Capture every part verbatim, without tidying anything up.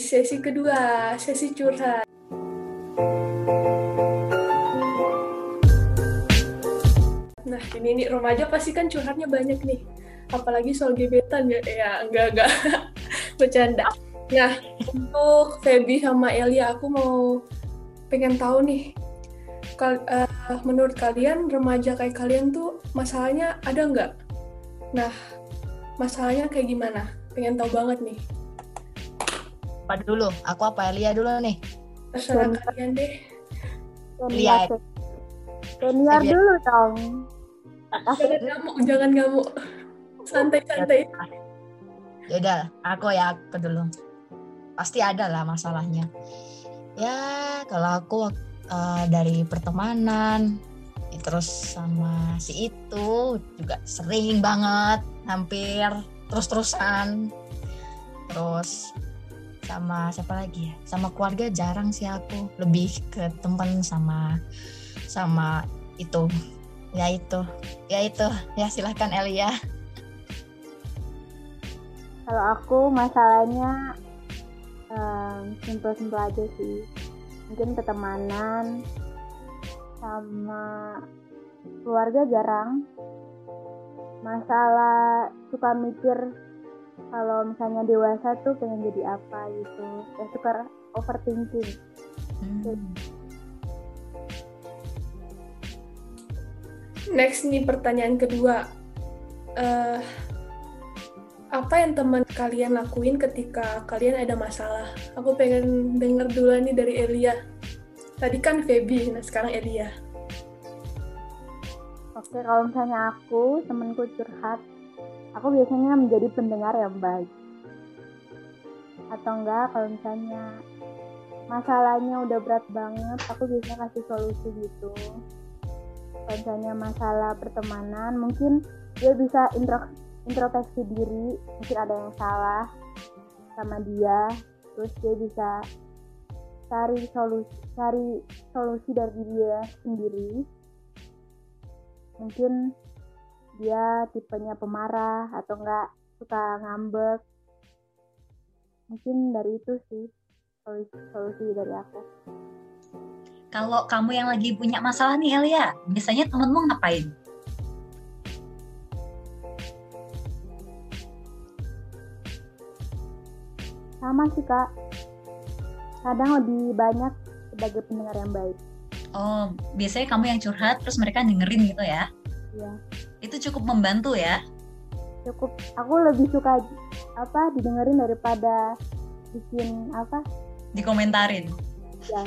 sesi kedua, sesi curhat. Nah, ini nih remaja pasti kan curhatnya banyak nih. Apalagi soal gebetan ya. Ya, enggak, enggak. Bercanda. Nah, untuk Feby sama Elia, aku mau pengen tahu nih. Kal- uh, menurut kalian, remaja kayak kalian tuh masalahnya ada nggak? Nah, masalahnya kayak gimana? Pengen tahu banget nih. Apa dulu? Aku apa Elia dulu nih? Terserah Senior. kalian deh. Elia. Senior, senior Elia. dulu dong. Jangan ngamuk, jangan ngamuk. Santai-santai. Ya udah, aku ya aku dulu. Pasti ada lah masalahnya. Ya, kalau aku uh, dari pertemanan, terus sama si itu juga sering banget, hampir terus-terusan. Terus sama siapa lagi ya? Sama keluarga jarang sih aku, lebih ke teman sama sama itu. Ya itu, ya itu, ya silahkan Elia. Kalau aku masalahnya um, simpel-simpel aja sih. Mungkin pertemanan sama keluarga jarang. Masalah suka mikir kalau misalnya dewasa tuh pengen jadi apa gitu. Ya suka overthinking. Hmm. Next nih pertanyaan kedua. Uh, apa yang teman kalian lakuin ketika kalian ada masalah? Aku pengen denger dulu nih dari Elia. Tadi kan Feby, nah sekarang Elia. Oke, kalau misalnya aku, temenku curhat, aku biasanya menjadi pendengar yang baik. Atau enggak, kalau misalnya masalahnya udah berat banget, aku biasanya kasih solusi gitu. Kalau misalnya masalah pertemanan, mungkin dia bisa intro introspeksi diri, mungkin ada yang salah sama dia, terus dia bisa cari solusi cari solusi dari dia sendiri. Mungkin dia tipenya pemarah atau enggak suka ngambek. Mungkin dari itu sih solusi, solusi dari aku. Kalau kamu yang lagi punya masalah nih Elia, biasanya temenmu ngapain? Sama sih Kak, kadang lebih banyak sebagai pendengar yang baik. Oh, biasanya kamu yang curhat terus mereka dengerin gitu ya? Iya. Itu cukup membantu ya? Cukup, aku lebih suka apa didengerin daripada bikin apa? Dikomentarin. Ya.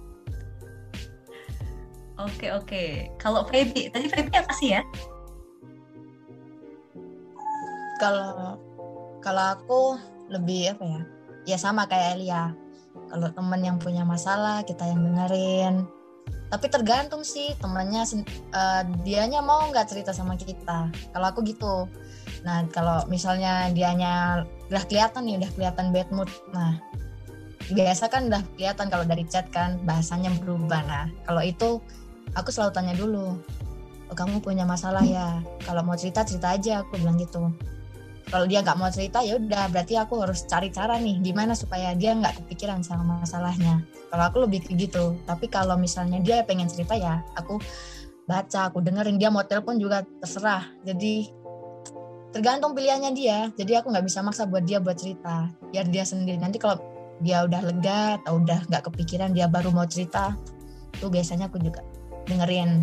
Oke oke. Kalau Feby, tadi Feby apa sih ya? Kalau kalau aku lebih apa ya? Ya sama kayak Elia. Kalau teman yang punya masalah, kita yang dengerin. Tapi tergantung sih temennya, uh, dianya mau nggak cerita sama kita. Kalau aku gitu. Nah kalau misalnya dianya udah kelihatan nih, udah kelihatan bad mood. Nah biasa kan udah kelihatan kalau dari chat kan bahasanya berubah. Nah kalau itu aku selalu tanya dulu, oh, kamu punya masalah ya? Kalau mau cerita cerita aja, aku bilang gitu. Kalau dia nggak mau cerita ya udah, berarti aku harus cari cara nih gimana supaya dia nggak kepikiran sama masalahnya. Kalau aku lebih kayak gitu. Tapi kalau misalnya dia pengen cerita ya aku baca, aku dengerin. Dia mau telepon juga terserah. Jadi tergantung pilihannya dia. Jadi aku nggak bisa maksa buat dia buat cerita. Biar dia sendiri. Nanti kalau dia udah lega atau udah nggak kepikiran, dia baru mau cerita, tuh biasanya aku juga dengerin.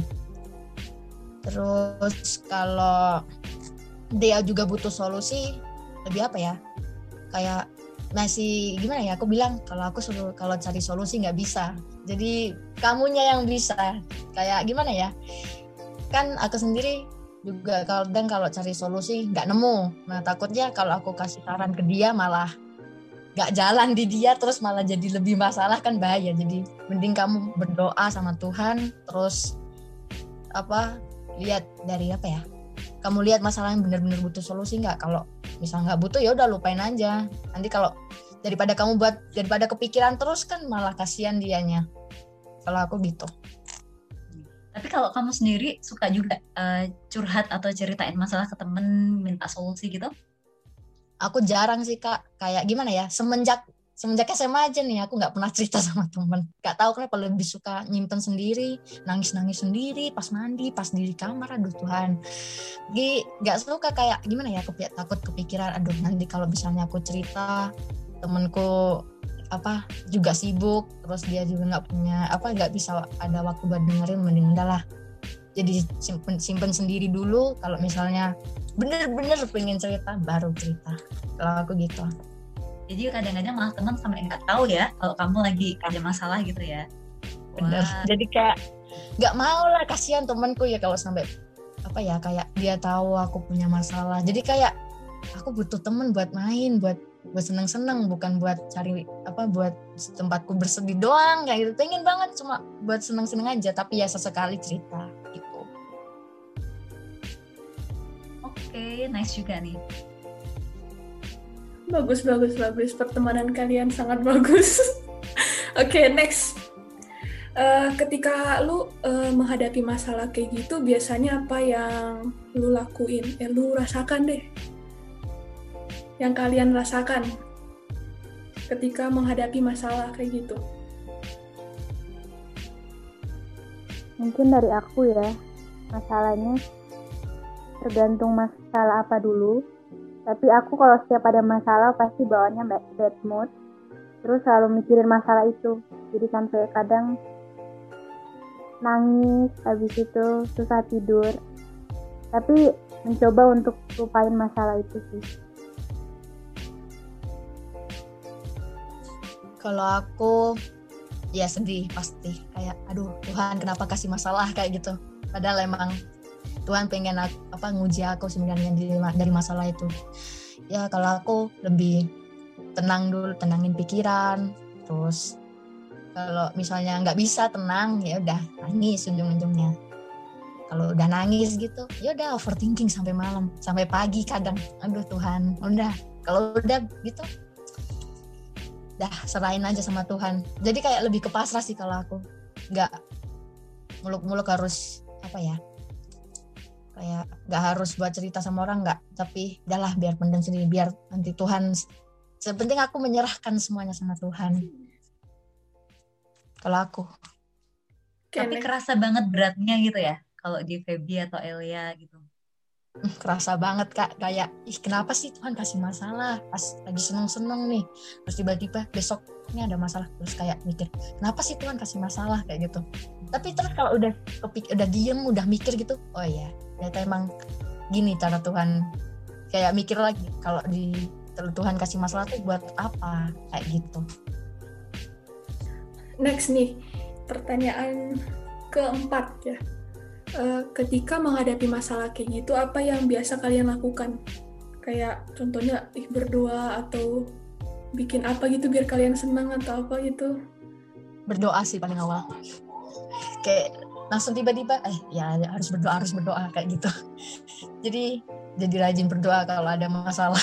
Terus kalau dia juga butuh solusi, lebih apa ya, kayak masih gimana ya, aku bilang kalau aku suruh kalau cari solusi nggak bisa, jadi kamunya yang bisa. Kayak gimana ya, kan aku sendiri juga kadang kalau cari solusi nggak nemu. Nah takutnya kalau aku kasih saran ke dia malah nggak jalan di dia, terus malah jadi lebih masalah, kan bahaya. Jadi mending kamu berdoa sama Tuhan, terus apa, lihat dari apa ya, kamu lihat masalah yang benar-benar butuh solusi nggak. Kalau misal nggak butuh ya udah lupain aja. Nanti kalau daripada kamu buat daripada kepikiran terus kan malah kasihan dianya. Kalau aku gitu. Tapi kalau kamu sendiri suka juga uh, curhat atau ceritain masalah ke temen, minta solusi gitu? Aku jarang sih Kak. Kayak gimana ya, semenjak semenjak S M A aja nih aku nggak pernah cerita sama temen. Nggak tahu kenapa lebih suka nyimpen sendiri, nangis-nangis sendiri pas mandi, pas di kamar. Aduh Tuhan, Gi nggak suka kayak gimana ya, aku takut kepikiran. Aduh nanti kalau misalnya aku cerita temenku apa juga sibuk, terus dia juga nggak punya apa nggak bisa ada waktu buat dengerin, mending udahlah. Jadi simpen simpen sendiri dulu. Kalau misalnya bener-bener pengen cerita baru cerita. Kalau aku gitu. Jadi kadang-kadang malah teman sampai nggak tahu ya kalau kamu lagi ada masalah gitu ya. Bener. Wah. Jadi kayak nggak mau lah, kasihan temanku ya kalau sampai apa ya kayak dia tahu aku punya masalah. Jadi kayak aku butuh temen buat main, buat buat seneng-seneng, bukan buat cari apa buat tempatku bersedih doang kayak gitu. Pengen banget cuma buat seneng-seneng aja, tapi ya sesekali cerita gitu. Oke, nice juga nih. Bagus, bagus, bagus. Pertemanan kalian sangat bagus. Oke, okay, next. Uh, ketika lu uh, menghadapi masalah kayak gitu, biasanya apa yang lu lakuin? Eh, lu rasakan deh. Yang kalian rasakan ketika menghadapi masalah kayak gitu. Mungkin dari aku ya, masalahnya tergantung masalah apa dulu. Tapi aku kalau setiap ada masalah pasti bawaannya bad mood. Terus selalu mikirin masalah itu. Jadi sampai kadang nangis, habis itu susah tidur. Tapi mencoba untuk lupain masalah itu sih. Kalau aku ya sedih pasti. Kayak aduh Tuhan kenapa kasih masalah kayak gitu. Padahal emang Tuhan pengen aku, apa nguji aku sebenarnya dari masalah itu. Ya kalau aku lebih tenang dulu, tenangin pikiran. Terus kalau misalnya nggak bisa tenang, ya udah nangis ujung-ujungnya. Kalau udah nangis gitu, ya udah overthinking sampai malam, sampai pagi kadang. Aduh Tuhan, udah. Kalau udah gitu, dah serahin aja sama Tuhan. Jadi kayak lebih ke pasrah sih kalau aku. Nggak muluk-muluk harus apa ya? Kayak nggak harus buat cerita sama orang, nggak, tapi udahlah biar pendam sendiri, biar nanti Tuhan, sepenting aku menyerahkan semuanya sama Tuhan. Kalau aku tapi kerasa banget beratnya gitu ya kalau di Feby atau Elia gitu. Kerasa banget Kak, kayak ih kenapa sih Tuhan kasih masalah pas lagi seneng-seneng nih, terus tiba-tiba besok ini ada masalah, terus kayak mikir kenapa sih Tuhan kasih masalah kayak gitu. Tapi terus kalau udah kepik udah diem udah mikir gitu, oh iya ternyata emang gini cara Tuhan, kayak mikir lagi kalau di Tuhan kasih masalah tuh buat apa kayak gitu. Next nih, pertanyaan keempat ya. Uh, ketika menghadapi masalah kayak gitu, apa yang biasa kalian lakukan? Kayak contohnya ih, berdoa atau bikin apa gitu biar kalian senang atau apa gitu? Berdoa sih paling awal. Kayak langsung tiba-tiba eh ya harus berdoa harus berdoa kayak gitu. Jadi jadi rajin berdoa kalau ada masalah.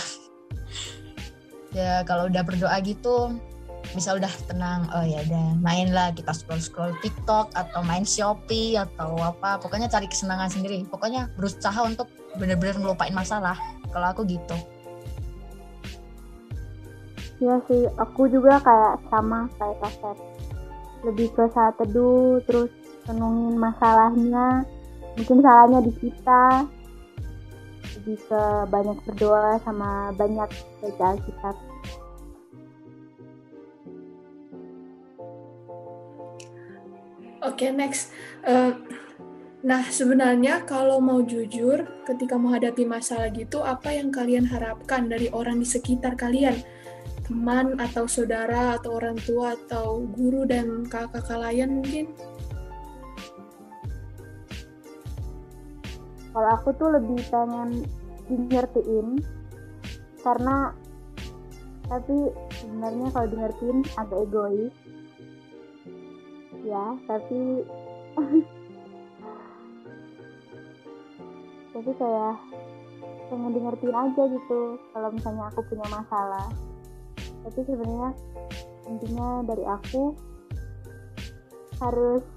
Ya kalau udah berdoa gitu, misal udah tenang, oh ya udah main lah, kita scroll scroll TikTok atau main Shopee atau apa, pokoknya cari kesenangan sendiri, pokoknya berusaha untuk benar-benar ngelupain masalah. Kalau aku gitu. Iya sih, aku juga kayak sama kayak Kasep, lebih ke saat teduh, terus renungin masalahnya, mungkin salahnya di kita, lebih ke banyak berdoa sama banyak baca Alkitab. Oke, okay, next. Uh, nah, sebenarnya kalau mau jujur, ketika menghadapi masalah gitu, apa yang kalian harapkan dari orang di sekitar kalian? Teman atau saudara atau orang tua atau guru dan kakak kalian mungkin? Kalau aku tuh lebih pengen dingertiin, karena tapi sebenarnya kalau dingertiin agak egois. Ya, tapi tapi kayak pengen di ngertiin aja gitu kalau misalnya aku punya masalah. Tapi sebenarnya intinya dari aku harus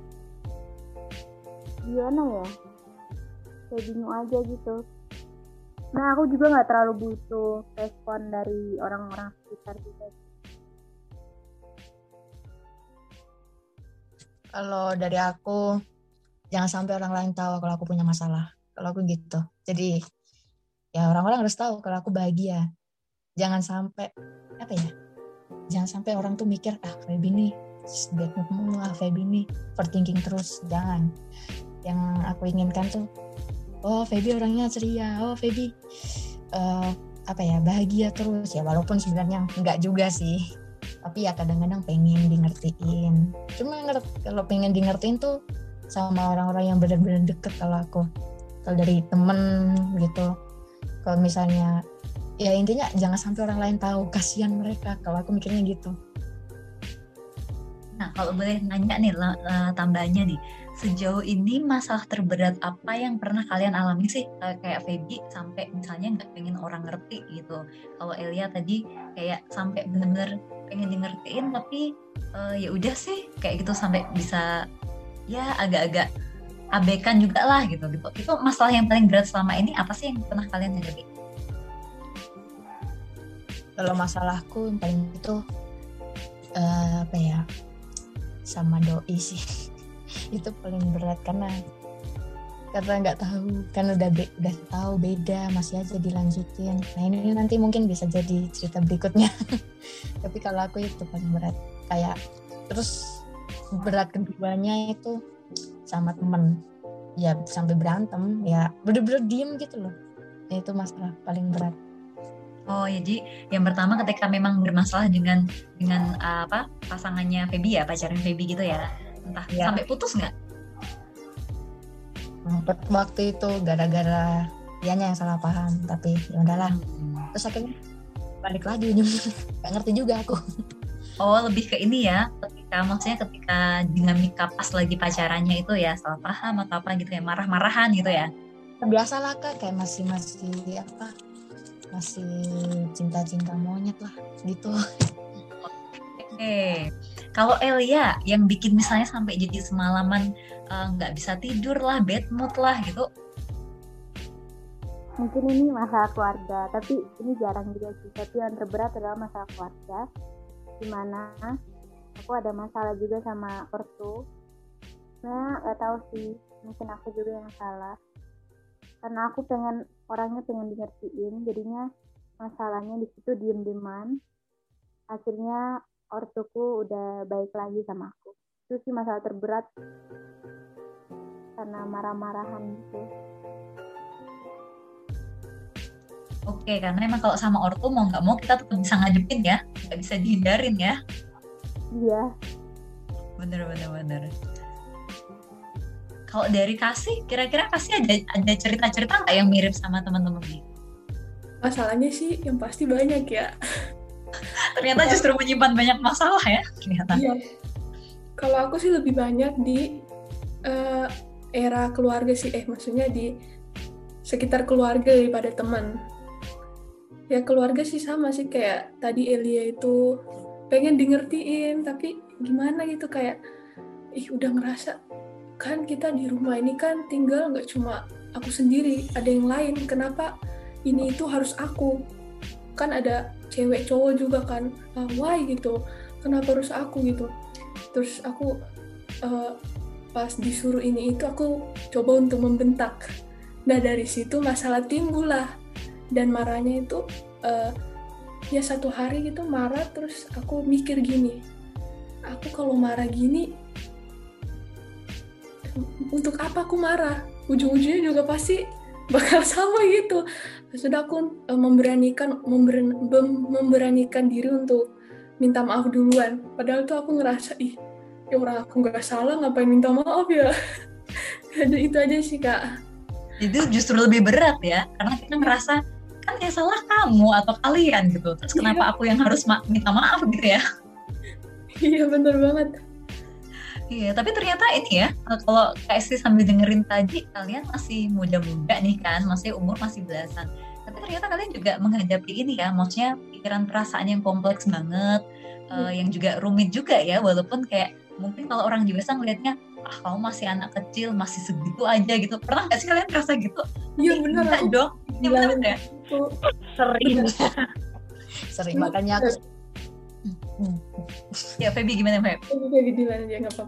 gimana ya, kayak bingung aja gitu. Nah aku juga nggak terlalu butuh respon dari orang-orang sekitar juga. Kalau dari aku, jangan sampai orang lain tahu kalau aku punya masalah. Kalau aku gitu. Jadi ya orang-orang harus tahu kalau aku bahagia. Jangan sampai apa ya? Jangan sampai orang tuh mikir ah Feby nih bad mood mulu, ah Feby nih overthinking terus. Jangan. Yang aku inginkan tuh, oh Feby orangnya ceria, oh Feby uh, apa ya bahagia terus ya, walaupun sebenarnya enggak juga sih. Tapi ya kadang-kadang pengen di ngertiin. Cuma ngerti, kalau pengen di ngertiin tuh sama orang-orang yang benar-benar deket kalau aku. Kalau dari temen gitu. Kalau misalnya, ya intinya jangan sampai orang lain tahu. Kasihan mereka kalau aku mikirnya gitu. Nah, kalau boleh nanya nih tambahannya nih. Sejauh ini masalah terberat apa yang pernah kalian alami sih? Kayak Feby sampai misalnya nggak pengen orang ngerti gitu. Kalau Elia tadi kayak sampai benar-benar pengen di ngertiin tapi uh, ya udah sih kayak gitu sampai bisa ya agak-agak abaikan juga lah gitu gitu. Itu masalah yang paling berat selama ini apa sih yang pernah kalian hadapi? Kalau masalahku yang paling itu uh, apa ya? Sama doi sih. Itu paling berat karena karena nggak tahu kan udah be, udah tahu beda masih aja dilanjutin. Nah ini nanti mungkin bisa jadi cerita berikutnya. Tapi kalau aku itu paling berat kayak terus berat keduanya itu sama temen ya sampai berantem ya bener-bener diem gitu loh. Nah, itu masalah paling berat. Oh jadi yang pertama ketika memang bermasalah dengan dengan uh, apa pasangannya Feby ya pacarnya Feby gitu ya. Entah ya. Sampai putus nggak? Waktu itu gara-gara dianya yang salah paham, tapi ya udahlah. Hmm. Terus akhirnya balik lagi ujungnya. Gak ngerti juga aku. Oh lebih ke ini ya, ketika maksudnya ketika dinamika pas lagi pacarannya itu ya salah paham atau apa gitu ya, marah-marahan gitu ya? Biasalah Kak, kayak masih masih apa? Masih cinta-cinta monyet lah gitu. Oke, okay. Kalau Elia yang bikin misalnya sampai jadi semalaman nggak uh, bisa tidur lah, bad mood lah gitu. Mungkin ini masalah keluarga, tapi ini jarang juga sih. Tapi yang terberat adalah masalah keluarga, dimana aku ada masalah juga sama ortu. Nah, nggak tahu sih, mungkin aku juga yang salah. Karena aku pengen orangnya pengen di ngertiin, jadinya masalahnya di situ diem-dieman. Akhirnya ortuku udah baik lagi sama aku. Itu sih masalah terberat karena marah-marahan gitu. Oke, karena emang kalau sama ortu mau nggak mau kita tetap bisa ngadepin ya, nggak bisa dihindarin ya. Iya. Bener-bener bener. Kalau dari Kasih, kira-kira Kasih ada ada cerita-cerita nggak yang mirip sama teman-teman nih? Masalahnya sih yang pasti banyak ya. Ternyata justru menyimpan banyak masalah ya ternyata. Iya. Kalau aku sih lebih banyak di uh, era keluarga sih, eh maksudnya di sekitar keluarga daripada teman. Ya keluarga sih sama sih kayak tadi Elia itu pengen di ngertiin tapi gimana gitu kayak ih udah ngerasa kan kita di rumah ini kan tinggal nggak cuma aku sendiri, ada yang lain. Kenapa ini itu harus aku? Kan ada cewek cowok juga kan, uh, why gitu, kenapa harus aku gitu. Terus aku uh, pas disuruh ini itu aku coba untuk membentak. Nah dari situ masalah timbul lah, dan marahnya itu uh, ya satu hari gitu marah. Terus aku mikir gini, aku kalau marah gini untuk apa aku marah, ujung-ujungnya juga pasti bakal sama gitu. Sudah aku uh, memberanikan member, memberanikan diri untuk minta maaf duluan. Padahal tuh aku ngerasa ih, ya orang aku nggak salah ngapain minta maaf ya. Jadi itu aja sih Kak. Itu justru lebih berat ya, karena kita ngerasa kan ya salah kamu atau kalian gitu. Terus kenapa aku yang harus ma- minta maaf gitu ya? Iya benar banget. Iya, tapi ternyata ini ya, kalau Kak Esti sambil dengerin tadi, kalian masih muda-muda nih kan, masih umur masih belasan. Tapi ternyata kalian juga menghadapi ini ya, maksudnya pikiran perasaan yang kompleks banget, hmm. uh, yang juga rumit juga ya, walaupun kayak mungkin kalau orang dewasa ngelihatnya, ah kamu masih anak kecil, masih segitu aja gitu. Pernah nggak sih kalian merasa gitu? Iya benar aku. dong, ini benar ya? Sering. Sering, makanya aku Ya Feby gimana Feby? Feby Feby gimana dia nggak apa-apa.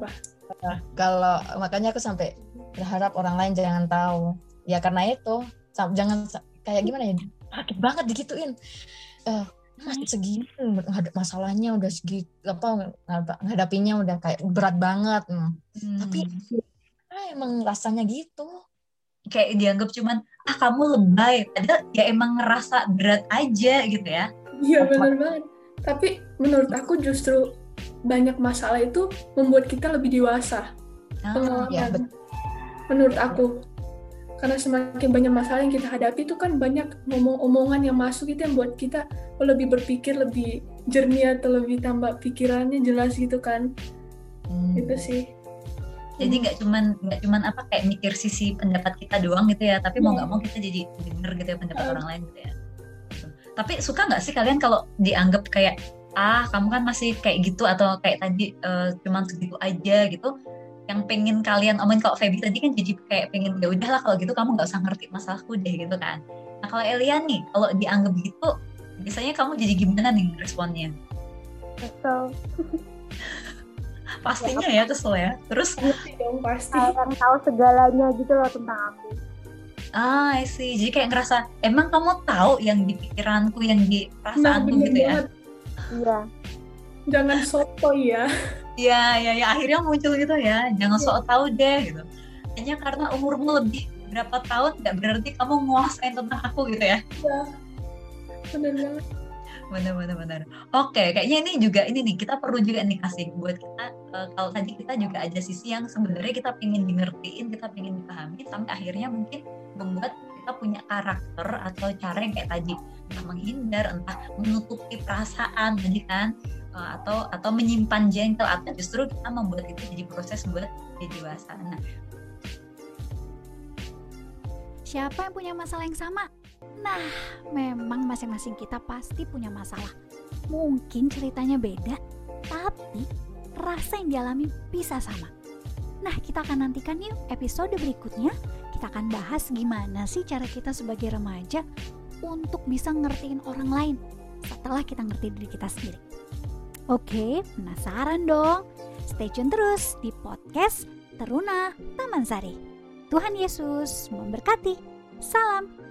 Nah, kalau makanya aku sampai berharap orang lain jangan tahu. Ya karena itu, sam- jangan sa- kayak gimana ya, sakit banget digituin. Eh, masih segini ngadep masalahnya udah segitu apa ngada- ngadapinya udah kayak berat banget. Hmm. Hmm. Tapi ah, emang rasanya gitu. Kayak dianggap cuman ah kamu lebay, padahal ya emang ngerasa berat aja gitu ya. Iya benar banget. Tapi menurut aku justru banyak masalah itu membuat kita lebih dewasa. Ah, Pengalaman. ya, betul. Menurut aku. Karena semakin banyak masalah yang kita hadapi itu kan banyak ngomong-omongan yang masuk itu yang buat kita lebih berpikir, lebih jernih atau lebih tambah pikirannya jelas gitu kan. Hmm. Itu sih. Jadi nggak cuman nggak cuman apa kayak mikir sisi pendapat kita doang gitu ya, tapi mau Hmm. nggak mau kita jadi denger gitu ya pendapat Hmm. orang lain gitu ya. Gitu. Tapi suka nggak sih kalian kalau dianggap kayak ah kamu kan masih kayak gitu atau kayak tadi uh, cuman segitu aja gitu, yang pengen kalian omongin. Kalau Feby tadi kan jadi kayak pengen ya udahlah kalau gitu kamu nggak usah ngerti masalahku deh gitu kan. Nah kalau Elia nih kalau dianggap gitu biasanya kamu jadi gimana nih responnya? Kesel. Pastinya ya kesel ya. Terus Pasti dong, pasti. Kayak yang tahu segalanya gitu loh tentang aku. ah I see. Jadi kayak ngerasa emang kamu tahu yang di pikiranku, yang di Nah, perasaanku bener gitu ya. banget. Iya. Jangan soto ya. Iya, ya, ya akhirnya muncul gitu ya. Jangan sok tahu deh gitu. Hanya karena umurmu lebih berapa tahun nggak berarti kamu nguasain tentang aku gitu ya. Ya. Bener banget. Benar-benar benar. Oke, kayaknya ini juga ini nih kita perlu juga nih kasih buat kita uh, kalau tadi kita juga ada sisi yang sebenarnya kita pengen dingertiin, kita pengen dipahami, sampai akhirnya mungkin membuat kita punya karakter atau cara yang kayak tadi entah menghindar, entah menutupi perasaan tadi kan, uh, atau atau menyimpan jengkel, atau justru kita membuat itu jadi proses buat jadi dewasa. Nah, Siapa yang punya masalah yang sama? Nah, memang masing-masing kita pasti punya masalah. Mungkin ceritanya beda, tapi rasa yang dialami bisa sama. Nah, kita akan nantikan yuk episode berikutnya. Kita akan bahas gimana sih cara kita sebagai remaja untuk bisa ngertiin orang lain setelah kita ngerti diri kita sendiri. Oke, penasaran dong? Stay tune terus di podcast Teruna Taman Sari. Tuhan Yesus memberkati. Salam